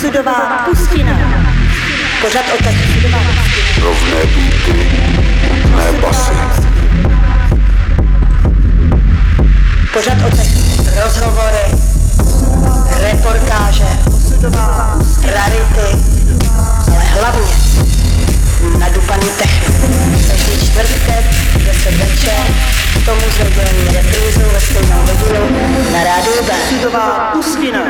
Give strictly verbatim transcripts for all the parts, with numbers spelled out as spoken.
Osudová pustina. Pořad o tak osudová pustina. Rovné beaty, mé basy. Pořad o tak rozhovory, reportáže, rarity, ale hlavně nadupaný technik. Každý čtvrtek, deset večer, k tomu s nedělní reprízou ve stejnou hodinu na rádiu B. Osudová pustina.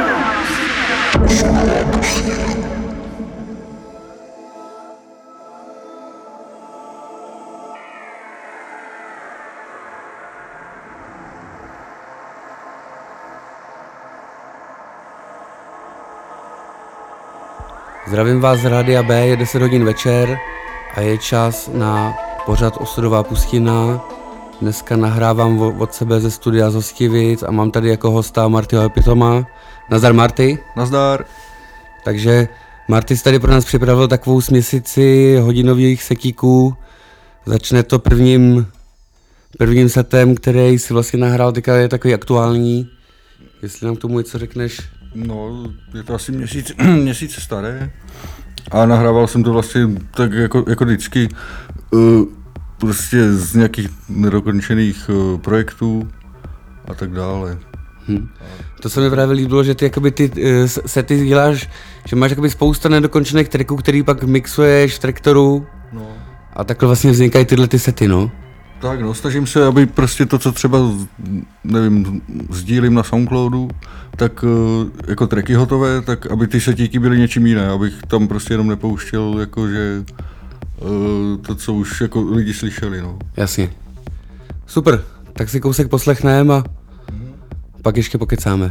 Zdravím vás z Rádia B, je deset hodin večer a je čas na pořad Osudová pustina. Dneska nahrávám od sebe ze studia z Hostivic a mám tady jako hosta Martyho Epitoma. Nazdar Marty. Nazdar. Takže Marty tady pro nás připravil takovou směsici hodinových setíků. Začne to prvním, prvním setem, který si vlastně nahrál, teďka je takový aktuální. Jestli nám k tomu něco řekneš. No, je to asi měsíc, měsíc staré a nahrával jsem to vlastně tak jako, jako vždycky uh, prostě z nějakých nedokončených uh, projektů a tak dále. Hmm. To se mi právě líbilo, že ty, jakoby, ty uh, sety děláš, že máš jakoby spousta nedokončených tracků, který pak mixuješ v traktoru No. A takhle vlastně vznikají tyhle ty sety, no. Tak no, snažím se, aby prostě to, co třeba, nevím, sdílím na Soundcloudu, tak jako tracky hotové, tak aby ty setíky byly něčím jiné, abych tam prostě jenom nepouštěl, jakože to, co už jako lidi slyšeli, no. Jasně. Super, tak si kousek poslechneme a mm-hmm. pak ještě pokecáme.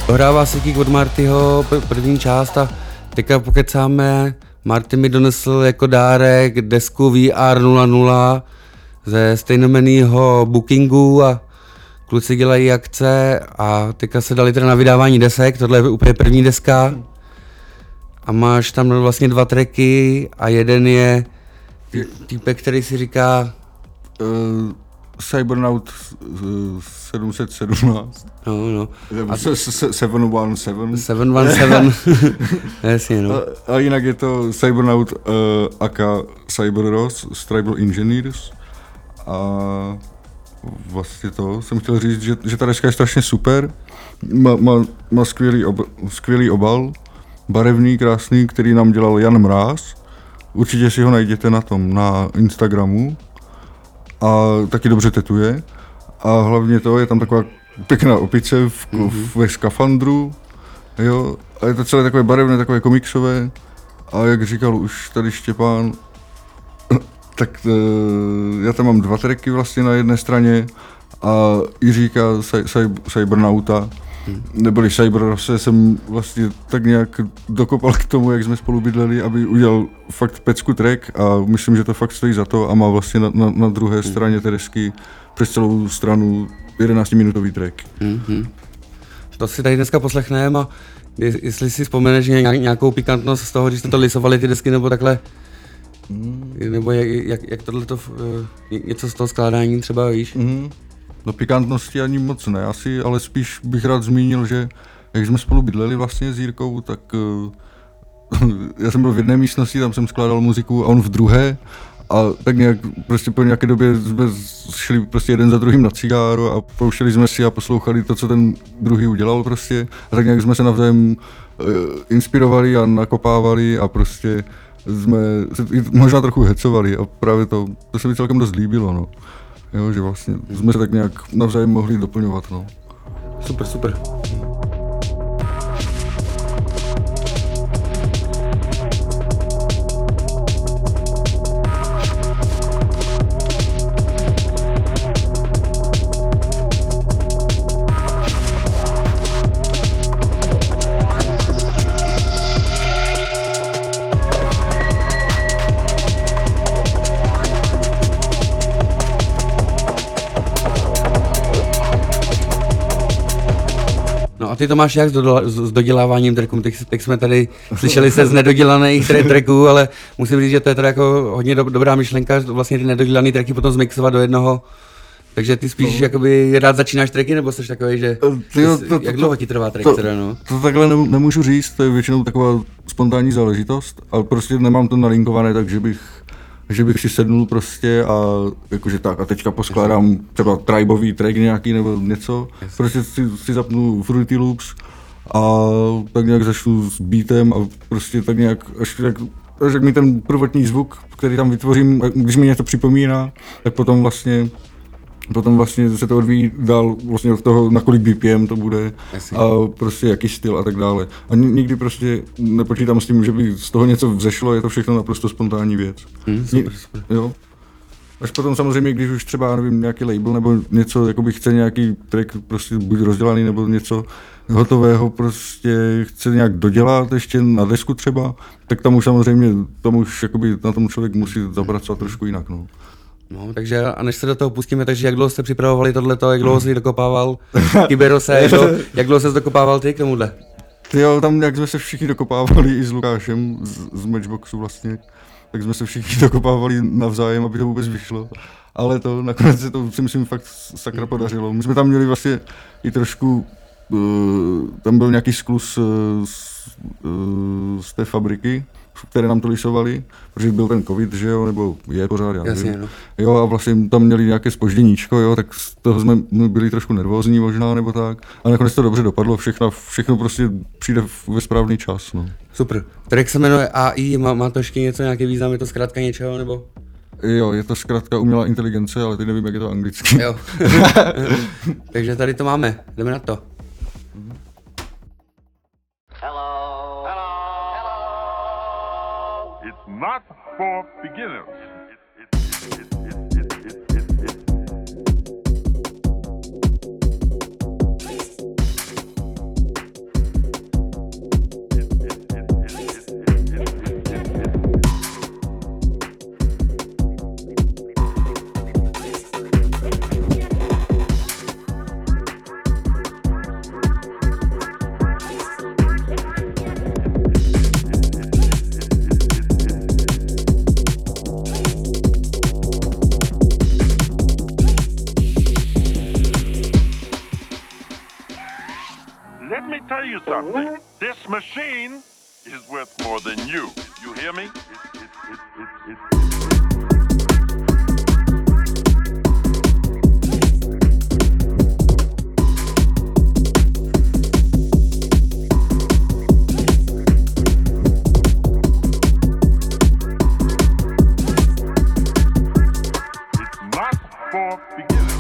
Dohrává Sekík od Martyho první část a teďka pokecáme. Marty mi donesl jako dárek desku V R nula nula ze stejnomenného Bookingu a kluci dělají akce a teďka se dali teda na vydávání desek, tohle je úplně první deska a máš tam vlastně dva tracky a jeden je týpek, který si říká Uh, Cybernaut uh, sedm set sedmnáct. no, no. A sedm set sedmnáct. sedm set sedm. Jasně, no. A, a jinak je to Cybernaut uh, aka Cyberros z Tribal Engineers. A vlastně to jsem chtěl říct, že, že ta deska je strašně super. Má, má, má skvělý, ob, skvělý obal, barevný, krásný, který nám dělal Jan Mráz. Určitě si ho najděte na tom, na Instagramu. A taky dobře tetuje. A hlavně to, je tam taková pěkná opice v, mm-hmm. ve skafandru. Jo, a je to celé takové barevné, takové komiksové. A jak říkal už tady Štěpán, tak uh, já tam mám dva tracky vlastně na jedné straně a Jiříka Cybernauta, hmm. neboli Cyberrose, jsem vlastně tak nějak dokopal k tomu, jak jsme spolu bydleli, aby udělal fakt pecku track a myslím, že to fakt stojí za to a má vlastně na, na, na druhé hmm. straně té desky přes celou stranu jedenáctiminutový track. Hmm. To si tady dneska poslechneme a jestli si vzpomeneš nějakou pikantnost z toho, když jste to lisovali ty desky nebo takhle, Mm. nebo jak, jak, jak tohleto, něco z toho skládání třeba, víš? Mm. No pikantnosti ani moc ne, asi, ale spíš bych rád zmínil, že jak jsme spolu bydleli vlastně s Jirkou, tak uh, já jsem byl v jedné místnosti, tam jsem skládal muziku a on v druhé a tak nějak prostě po nějaké době jsme šli prostě jeden za druhým na cigáro a pouštěli jsme si a poslouchali to, co ten druhý udělal prostě a tak nějak jsme se navzájem uh, inspirovali a nakopávali a prostě jsme se možná trochu hecovali a právě to, to se mi celkem dost líbilo, no. Jo, že vlastně jsme se tak nějak navzájem mohli doplňovat, no. Super, super. A ty to máš jak s, do, s doděláváním tracků? Teď, teď jsme tady slyšeli se z nedodělaných tracků, ale musím říct, že to je teda jako hodně do, dobrá myšlenka, vlastně ty nedodělané tracky potom zmixovat do jednoho. Takže ty spíš no. jakoby rád začínáš tracky, nebo jsi takový, že ty jo, to, jak dlouho ti trvá track to, teda, no? To takhle nemůžu říct, to je většinou taková spontánní záležitost, ale prostě nemám to nalinkované, takže bych že bych si sednul prostě a jakože tak a teďka poskládám třeba tribový track nějaký nebo něco, prostě si, si zapnu Fruity Loops a tak nějak začnu s beatem a prostě tak nějak, až, jak, až jak mi ten prvotní zvuk, který tam vytvořím, když mi něco připomíná, tak potom vlastně Potom vlastně se to odvíjí dál vlastně od toho, na kolik B P M to bude a prostě jaký styl a tak dále. A nikdy prostě nepočítám s tím, že by z toho něco vzešlo, je to všechno naprosto spontánní věc. Hmm, super, super. Jo. Až potom samozřejmě, když už třeba, nevím, nějaký label nebo něco, jakoby chce nějaký track prostě buď rozdělaný nebo něco hotového, prostě chce nějak dodělat ještě na desku třeba, tak tam už samozřejmě, tam už jakoby na tom člověk musí zapracovat trošku jinak, no. No, takže a než se do toho pustíme, takže jak dlouho jste připravovali tohleto, jak dlouho jsi dokopával Kyberose, jak, jak dlouho jsi dokopával ty k tomuhle? Jo, tam jak jsme se všichni dokopávali i s Lukášem z, z Matchboxu vlastně, tak jsme se všichni dokopávali navzájem, aby to vůbec vyšlo. Ale to nakonec se to si myslím fakt sakra podařilo. My jsme tam měli vlastně i trošku, uh, tam byl nějaký skluz uh, z, uh, z té fabriky, které nám to lisovali, protože byl ten covid, že jo, nebo je pořád, já Jasně, nevím. No. Jo, a vlastně tam měli nějaké zpožděníčko, jo, tak z toho jsme byli trošku nervózní možná, nebo tak. A nakonec to dobře dopadlo, všechno, všechno prostě přijde ve správný čas, no. Super. Track se jmenuje A I, má, má to ještě něco, nějaký význam, je to zkrátka něčeho, nebo? Jo, je to zkrátka umělá inteligence, ale teď nevím, jak je to anglicky. Jo. Takže tady to máme, jdeme na to. Hello. Hello. Hello. It's not for beginners. It's, it's, it's, it's, it's, it's, it's, it's. let me tell you something. This machine is worth more than you. You hear me? It, it, it, it, it, It's not for beginners.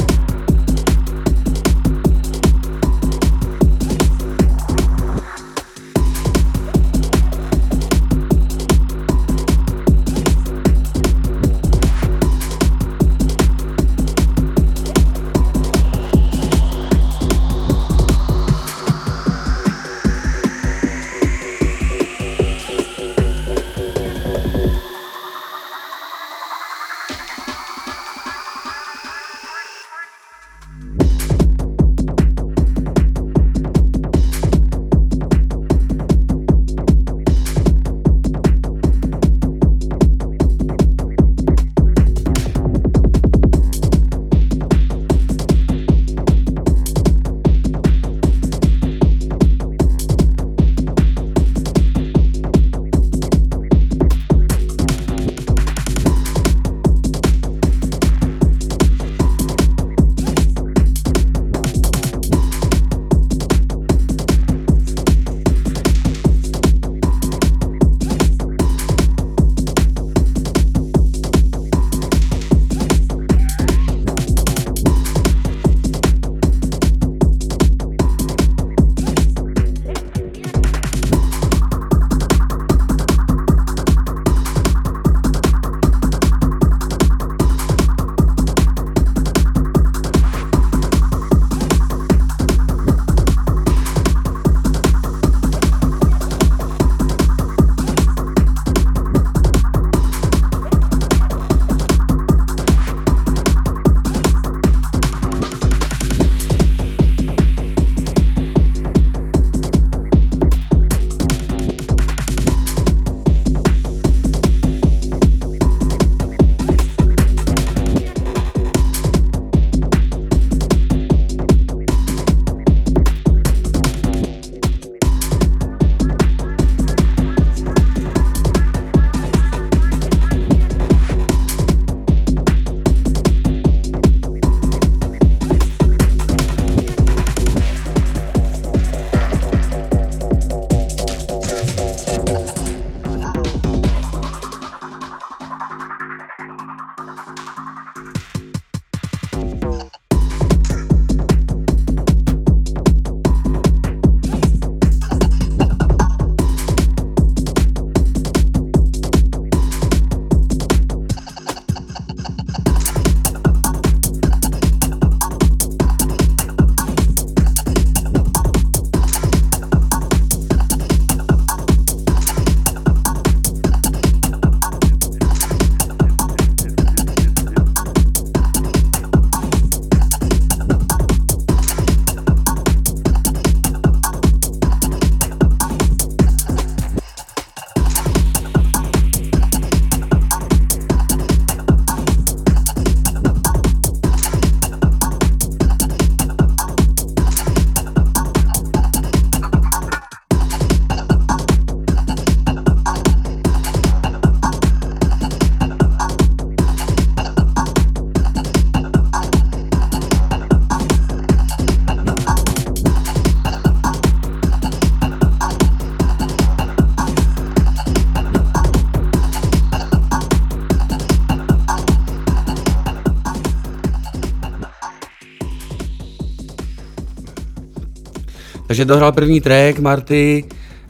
Takže dohrál první track Marty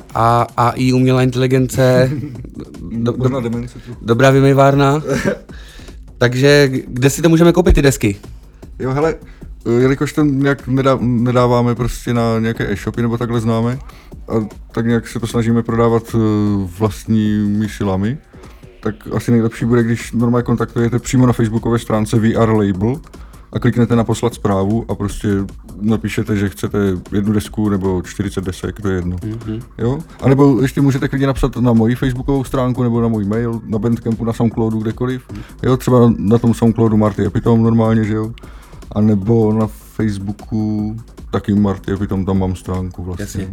a A I umělá inteligence, do, do, Dobrá demence. dobrá vymývárna. Takže kde si to můžeme koupit, ty desky? Jo, hele, jelikož to nějak nedá, nedáváme prostě na nějaké e-shopy nebo takhle známe, a tak nějak se to snažíme prodávat vlastními silami, tak asi nejlepší bude, když normálně kontaktujete přímo na facebookové stránce V R Label a kliknete na poslat zprávu a prostě napíšete, že chcete jednu desku nebo čtyřicet desek, to je jedno. Mm-hmm. Jo? A nebo ještě můžete klidně napsat na moji facebookovou stránku nebo na můj mail, na Bandcampu, na Soundcloudu, kdekoliv. Jo, třeba na tom Soundcloudu Marty Epitome normálně, že jo? A nebo na Facebooku, taky Marty, tam tam mám stránku vlastně. Jasně.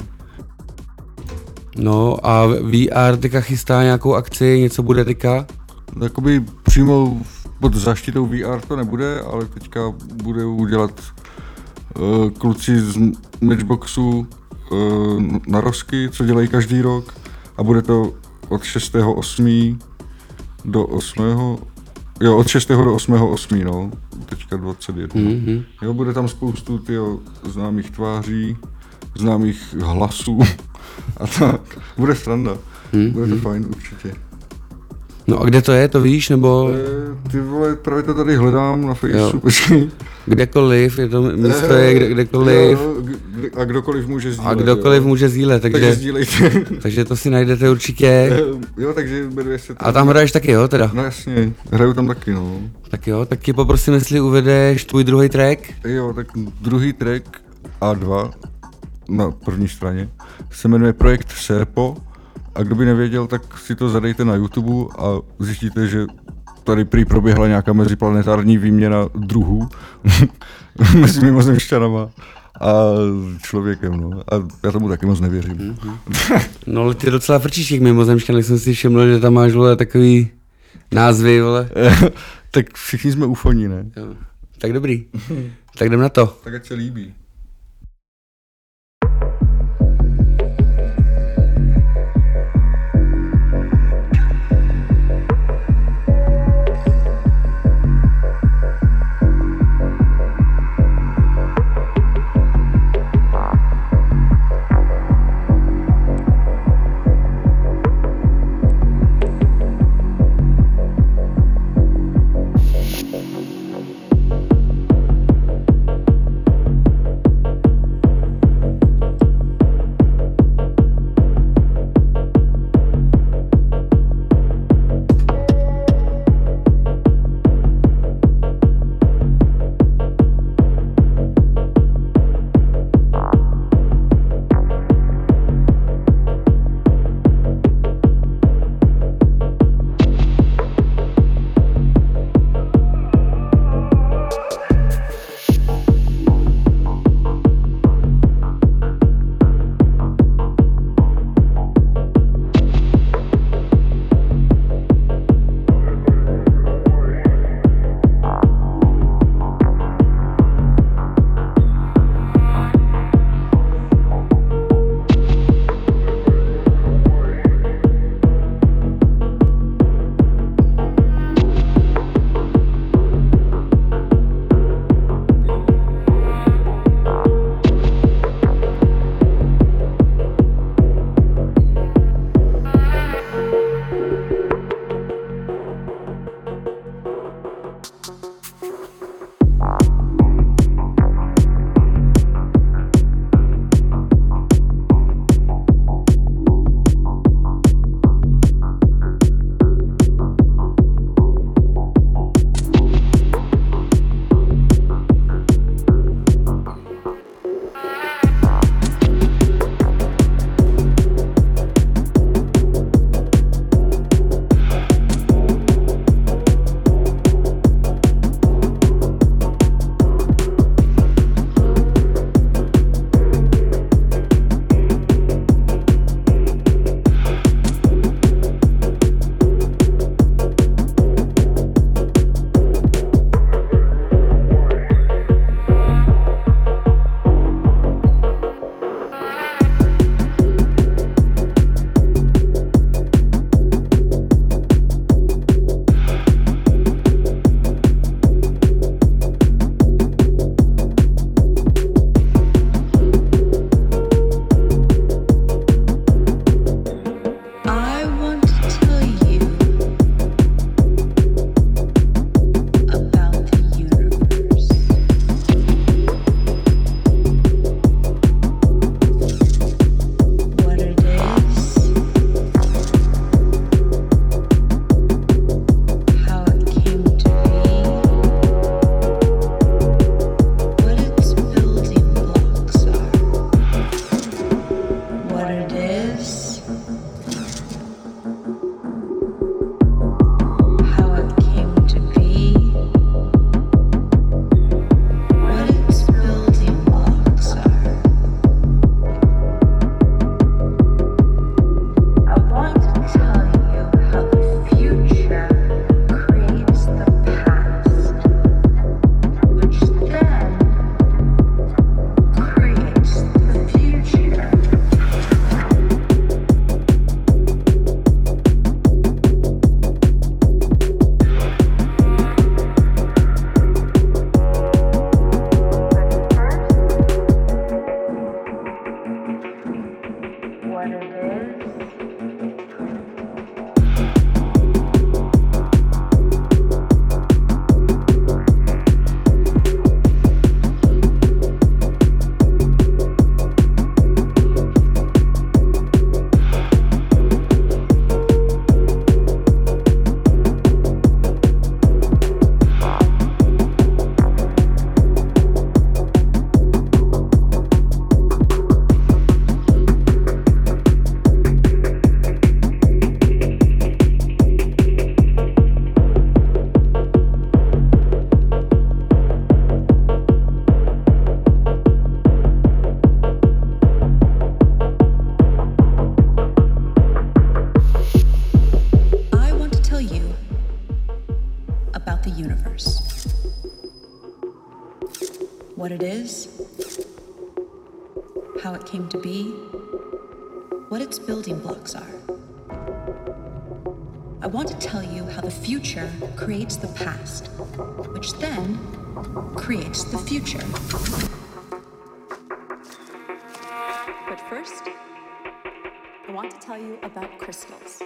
No a V R teďka chystá nějakou akci, něco bude teďka? Jakoby přímo pod zaštitou V R to nebude, ale teďka bude udělat uh, kluci z Matchboxu uh, na rozky, co dělají každý rok, a bude to od šestého osmého do osmého Jo, od šestého do osmého osmého no, teďka dvacet jedna. Mm-hmm. Jo, bude tam spoustu tyjo, známých tváří, známých hlasů a tak. Bude sranda, mm-hmm. bude to fajn určitě. No a kde to je, to víš, nebo? E, ty vole, právě to tady hledám na Facebooku, počkej. Kdekoliv, je to místo je kde, kdekoliv. Jo, kde, a kdokoliv může sdílet. A kdokoliv jo. může sdílet, takže, takže sdílejte. takže to si najdete určitě. Jo, takže jmenuje se to. A tam hraješ taky, jo, teda? No jasně, hraju tam taky, no. Tak jo, tak ti poprosím, jestli uvedeš tvůj druhý track. Jo, tak druhý track A dva na první straně se jmenuje Projekt Serpo, a kdo by nevěděl, tak si to zadejte na YouTube a zjistíte, že tady prý proběhla nějaká meziplanetární výměna druhů mezi mimozemšťanama a člověkem, no. A já tomu taky moc nevěřím. Mm-hmm. No ale ty docela frčíš těch mimozemšťanů, jsem si všiml, že tam máš, vole, takový názvy, vole. Tak všichni jsme ufoní, ne? Jo. Tak dobrý, tak jdem na to. Tak ať se líbí. what it is, how it came to be, what its building blocks are. I want to tell you how the future creates the past, which then creates the future. But first, I want to tell you about crystals.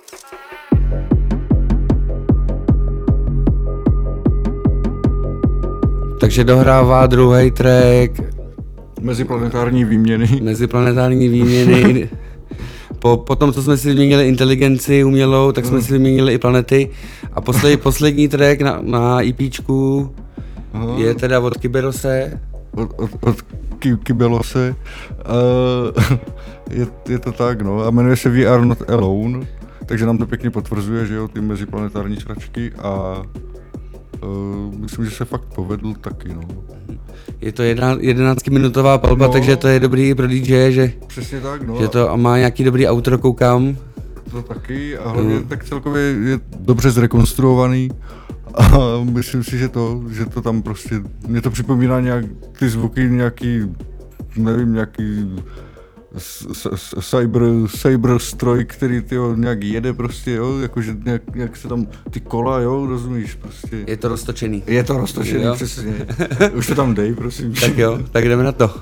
Takže dohrává druhý track Meziplanetární výměny. meziplanetární výměny. Po, po tom, co jsme si vyměnili inteligenci umělou, tak jsme si vyměnili i planety. A poslední, poslední track na, na EPčku je teda od Kyberose. Od, od, od Ky, Kybelose. Uh, je, je to tak, no. A jmenuje se We Are Not Alone. Takže nám to pěkně potvrzuje, že jo, ty meziplanetární sračky. A uh, myslím, že se fakt povedl taky, no. Je to jedenáctiminutová palba, no, takže to je dobrý pro dý džej, že, přesně tak, no. že to má nějaký dobrý outro, koukám. To taky a hlavně mm. tak celkově je dobře zrekonstruovaný a myslím si, že to, že to tam prostě, mě to připomíná nějak ty zvuky nějaký, nevím, nějaký cyber, cyber stroj, který tyjo, nějak jede prostě, jo, jakože nějak, nějak se tam ty kola, jo, rozumíš, prostě. Je to roztočený. Je to roztočený, jo. Přesně. Už to tam dej, prosím. Tak jo, tak jdeme na to.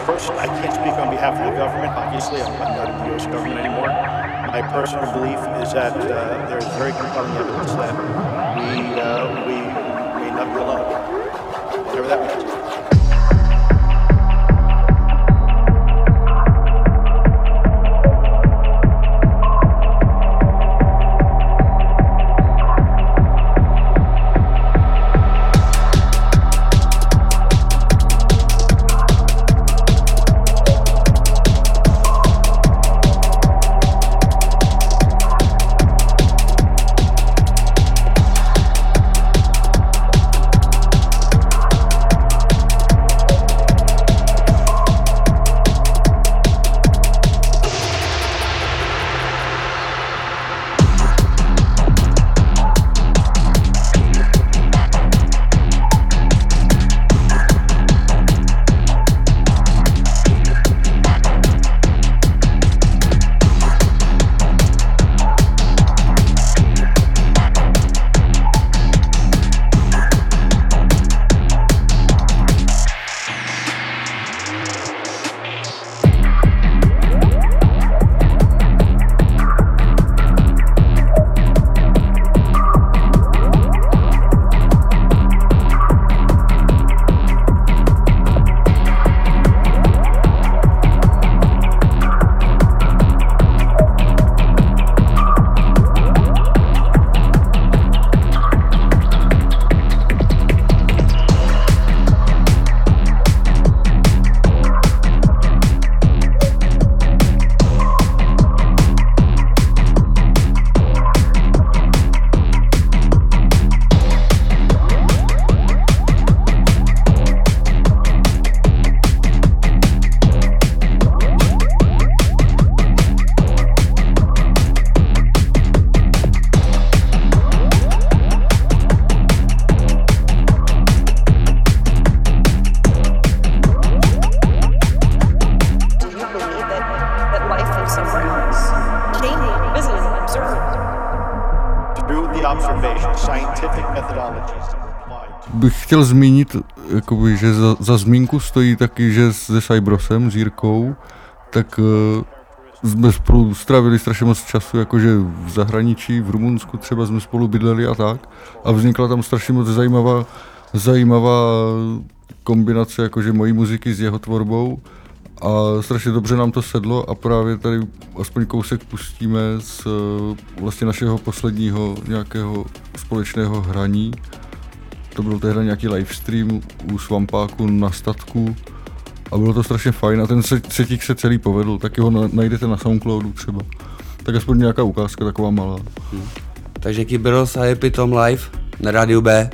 person, I can't speak on behalf of the government. Obviously, I'm not in the U S government anymore. My personal belief is that uh, there is very compelling evidence that we uh, we may not be alone, whatever that means. Bych chtěl zmínit, jakoby, že za, za zmínku stojí taky, že se Cybrosem, s Jirkou, tak uh, jsme spolu strávili strašně moc času, jakože v zahraničí, v Rumunsku třeba jsme spolu bydleli a tak. A vznikla tam strašně moc zajímavá, zajímavá kombinace jakože mojí muziky s jeho tvorbou. A strašně dobře nám to sedlo a právě tady aspoň kousek pustíme z vlastně našeho posledního nějakého společného hraní. To byl tehdy nějaký livestream u Svampáku na statku a bylo to strašně fajn a ten setík se celý povedl, taky ho najdete na Soundcloudu třeba. Tak aspoň nějaká ukázka taková malá. Hmm. Takže Kyberos a Epitom live na rádiu B.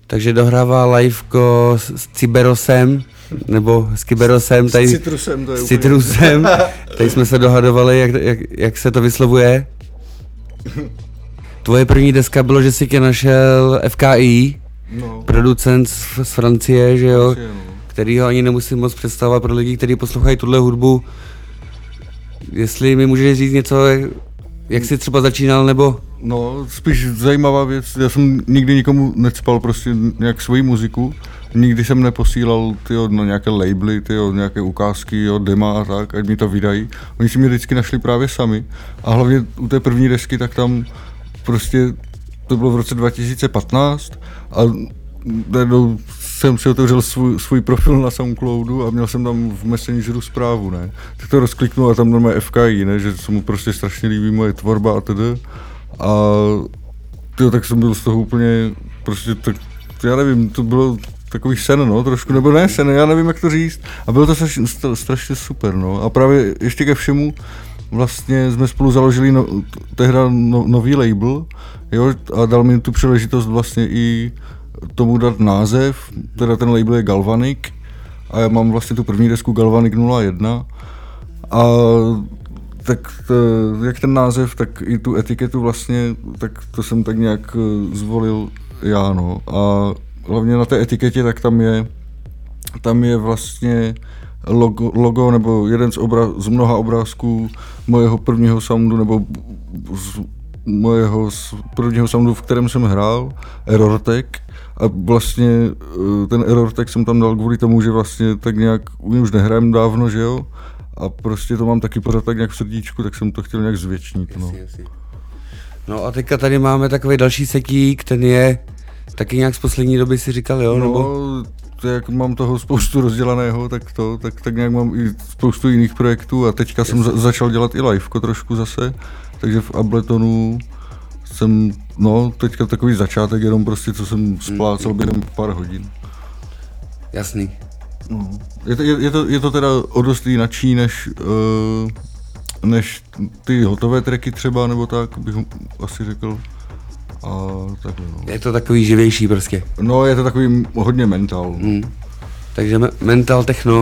takže dohrává liveko s, s Cyberosem, nebo s Kyberosem, tady, S Citrusem, to je s úplně. Citrusem, tady jsme se dohadovali, jak, jak, jak se to vyslovuje. Tvoje první deska bylo, že jsi tě našel F K I, No. producent z, z Francie, že jo, Francie, no. který ho ani nemusím moc představovat pro lidi, kteří poslouchají tuhle hudbu. Jestli mi můžeš říct něco, jak, jak jsi třeba začínal, nebo... No, spíš zajímavá věc, já jsem nikdy nikomu necpal prostě nějak svoji muziku, nikdy jsem neposílal tyjo, na nějaké labely, tyjo, nějaké ukázky, jo, dema a tak, ať mi to vydají. Oni si mě vždycky našli právě sami a hlavně u té první desky, tak tam prostě, to bylo v roce dva tisíce patnáct a najednou jsem si otevřel svůj, svůj profil na Soundcloudu a měl jsem tam v Messengeru zprávu, ne. Tak to rozkliknul a tam normálně F K I, ne, že se mu prostě strašně líbí moje tvorba a tedy. A tyjo, tak jsem byl z toho úplně, prostě tak, já nevím, to bylo takový sen, no, trošku, nebo ne sen, já nevím, jak to říct. A bylo to strašně, strašně super, no. A právě ještě ke všemu, vlastně jsme spolu založili no, tehda no, nový label, jo, a dal mi tu příležitost vlastně i tomu dát název, teda ten label je Galvanic a já mám vlastně tu první desku Galvanic nula jedna a tak to, jak ten název, tak i tu etiketu vlastně, tak to jsem tak nějak zvolil já, no. A hlavně na té etiketě, tak tam je, tam je vlastně logo, logo nebo jeden z, obraz, z mnoha obrázků mojeho prvního soundu, nebo z mojeho z prvního soundu, v kterém jsem hrál, Errortech. A vlastně ten Errortech jsem tam dal kvůli tomu, že vlastně tak nějak, už nehrajem dávno, že jo? A prostě to mám taky pořád tak nějak v srdíčku, tak jsem to chtěl nějak zvětšnit, no. Jasně, jasně. No a teďka tady máme takový další setík, ten je taky nějak z poslední doby si říkal, jo? No, Nebo? to jak mám toho spoustu rozdělaného, tak to, tak, tak nějak mám i spoustu jiných projektů a teďka jsem za, začal dělat i liveko trošku zase, takže v Abletonu jsem, no, teďka takový začátek, jenom prostě, co jsem splácel během pár hodin. Jasný. No. Je, to, je, je, to, je to teda o dost jinačí než, uh, než ty hotové tracky třeba, nebo tak, bych asi řekl. A takhle, no. Je to takový živější prostě. No, je to takový hodně mental. Hmm. Takže me- mental techno.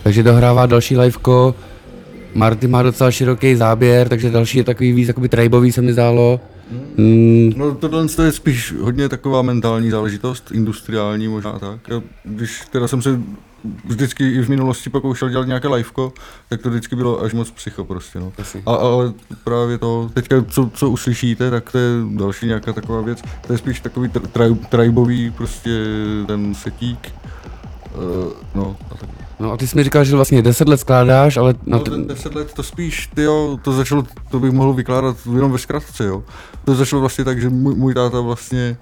Takže dohrává další liveko. Marty má docela široký záběr, takže další je takový víc jakoby tribový, se mi zdálo. Mm. No tohle je spíš hodně taková mentální záležitost, industriální možná tak. Já, když teda jsem se vždycky i v minulosti pokoušel dělat nějaké liveko, tak to vždycky bylo až moc psycho prostě, no. A, ale právě to, teďka co, co uslyšíte, tak to je další nějaká taková věc, to je spíš takový tri, tribový prostě ten setík, uh, no a tak. No a ty jsi mi říkal, že vlastně deset let skládáš, ale... No ten deset let to spíš, tyjo, to začalo, to bych mohl vykládat jenom ve zkratce, jo. To začalo vlastně tak, že můj, můj táta vlastně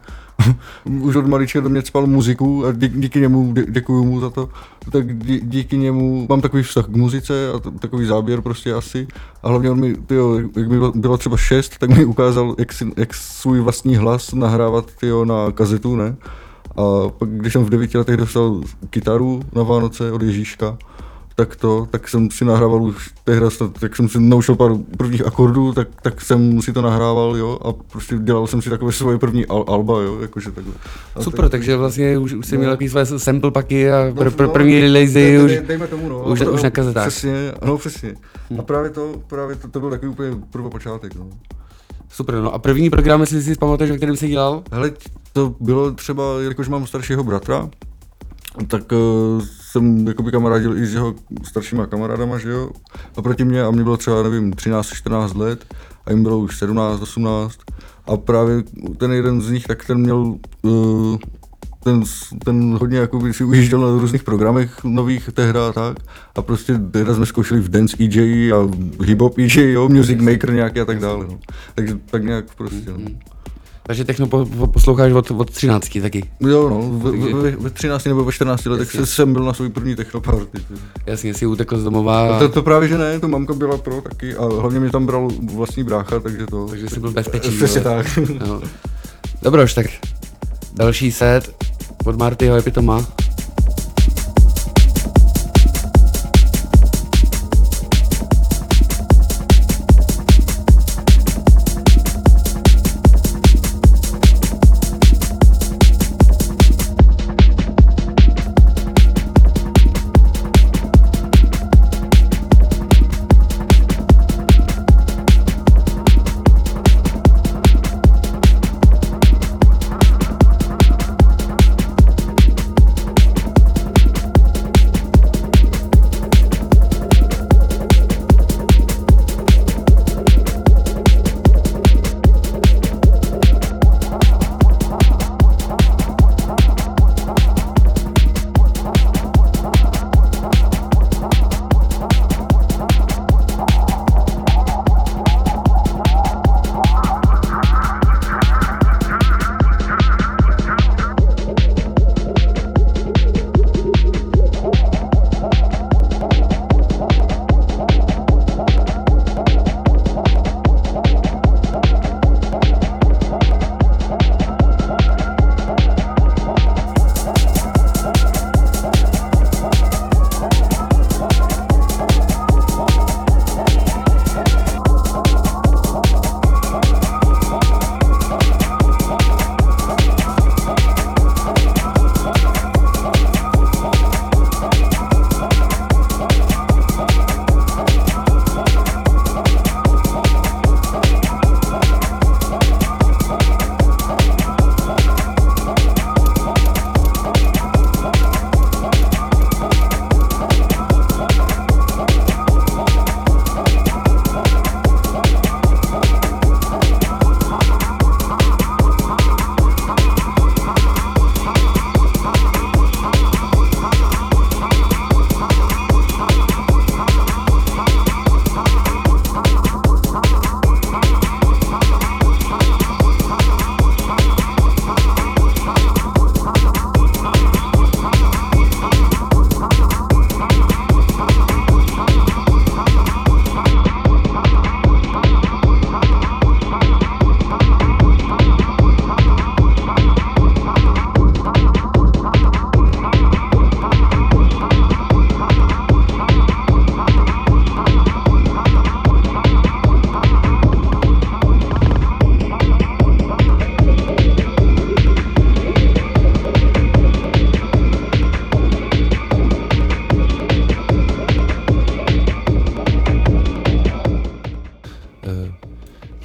už od malička do mě cpal muziku a dí, díky němu, dě, děkuju mu za to, tak dí, díky němu mám takový vztah k muzice a t, takový záběr prostě asi. A hlavně on mi, tyjo, jak mi bylo třeba šest, tak mi ukázal, jak, si, jak svůj vlastní hlas nahrávat, tyjo, na kazetu, ne. A pak, když jsem v devíti letech dostal kytaru na Vánoce od Ježíška, tak to, tak jsem si nahrával už tehdy, tak jsem si naučil pár prvních akordů, tak, tak jsem si to nahrával, jo, a prostě dělal jsem si takové svoje první al, alba, jo, jakože takhle. A super, tak, takže vlastně už, už jsi no, měl takový své sample paky a no, pr, pr, no, první releasy už, už, dejme tomu, no, už, už na kazetách. Přesně, ano, přesně. A právě to, právě to, to byl takový úplně prvopočátek, no. Super, no a první program, jestli si pamatuješ, o kterém jsi dělal? Hele, to bylo třeba, jakož mám staršího bratra, tak uh, jsem jakoby kamarádil i s jeho staršíma kamarádama, že jo, a proti mě, a mě bylo třeba, nevím, třináct čtrnáct let, a jim bylo už sedmnáct osmnáct, a právě ten jeden z nich, tak ten měl, uh, ten, ten hodně jakoby si ujížděl na různých programech nových tehda a tak, a prostě tehda jsme zkoušeli v Dance E J a hip-hop E J, jo, Music Maker nějaký a tak dále, no. Takže tak nějak prostě, no. Takže techno po, po, posloucháš od, od třinácti taky. Jo no, ve, ve, ve třinácti nebo ve čtrnácti letech se, jsem byl na svůj první technoparty. Jasně, si utekl z domova. To, to právě že ne, to mamka byla pro taky a hlavně mě tam bral vlastní brácha, takže to... Takže jsi byl bezpečí. Přesně tak. No. Dobroš, tak další set od Martyho Epitoma.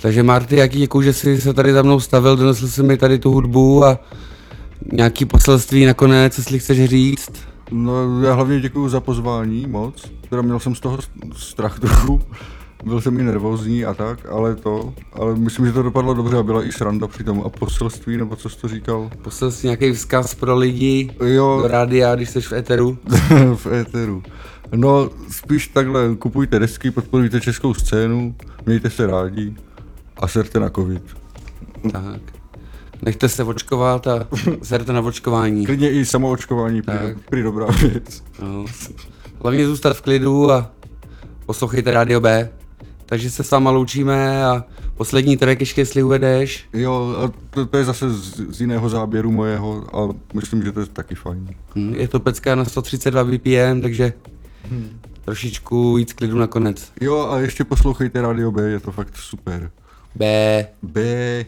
Takže Marty, jaký děkuju, že jsi se tady za mnou stavil, donesl jsi mi tady tu hudbu a nějaký poselství nakonec, jestli chceš říct. No já hlavně děkuju za pozvání moc, teda měl jsem z toho strach trochu, byl jsem i nervózní a tak, ale to, ale myslím, že to dopadlo dobře a byla i sranda při tom a poselství, nebo co jsi to říkal? Poselství, nějaký vzkaz pro lidi Jo. do rádia, když jsi v éteru. V éteru. No spíš takhle, kupujte desky, podporujte českou scénu, mějte se rádi a serte na covid. Tak. Nechte se očkovat a serte na očkování. Klidně i samoočkování, prý, prý dobrá věc. No. Hlavně zůstat v klidu a poslouchejte Rádio B. Takže se s váma loučíme a poslední track ještě, jestli uvedeš. Jo, a to, to je zase z, z jiného záběru mojeho a myslím, že to je taky fajn. Hmm, je to pecka na sto třicet dva B P M, takže hmm. trošičku víc klidu nakonec. Jo a ještě poslouchejte Rádio B, je to fakt super. B. B.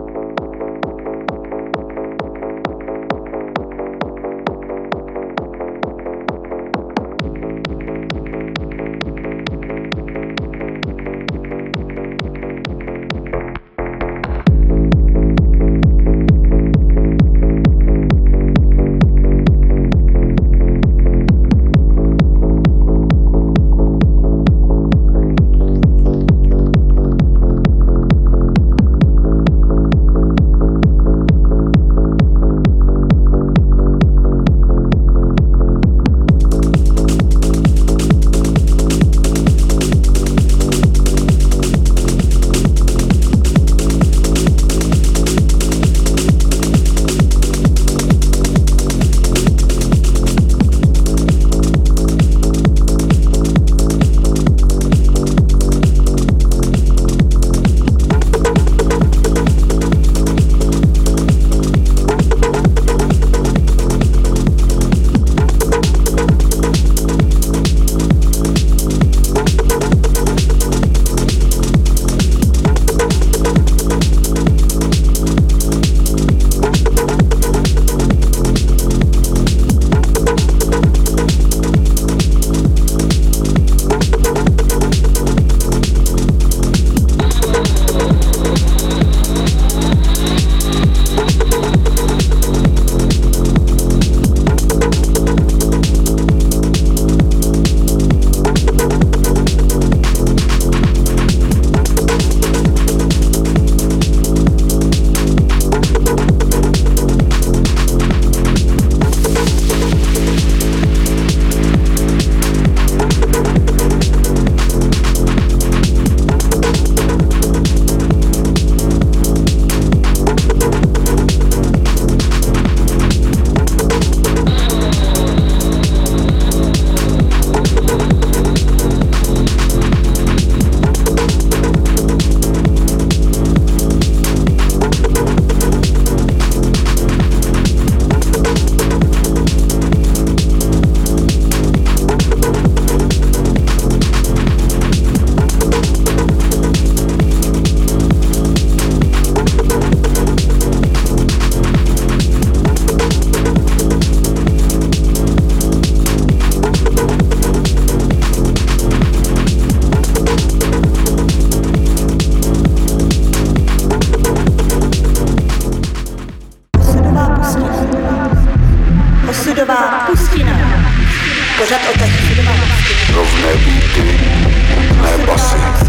Osudová pustina. Pořad o tak. Rovné beaty, ne basy.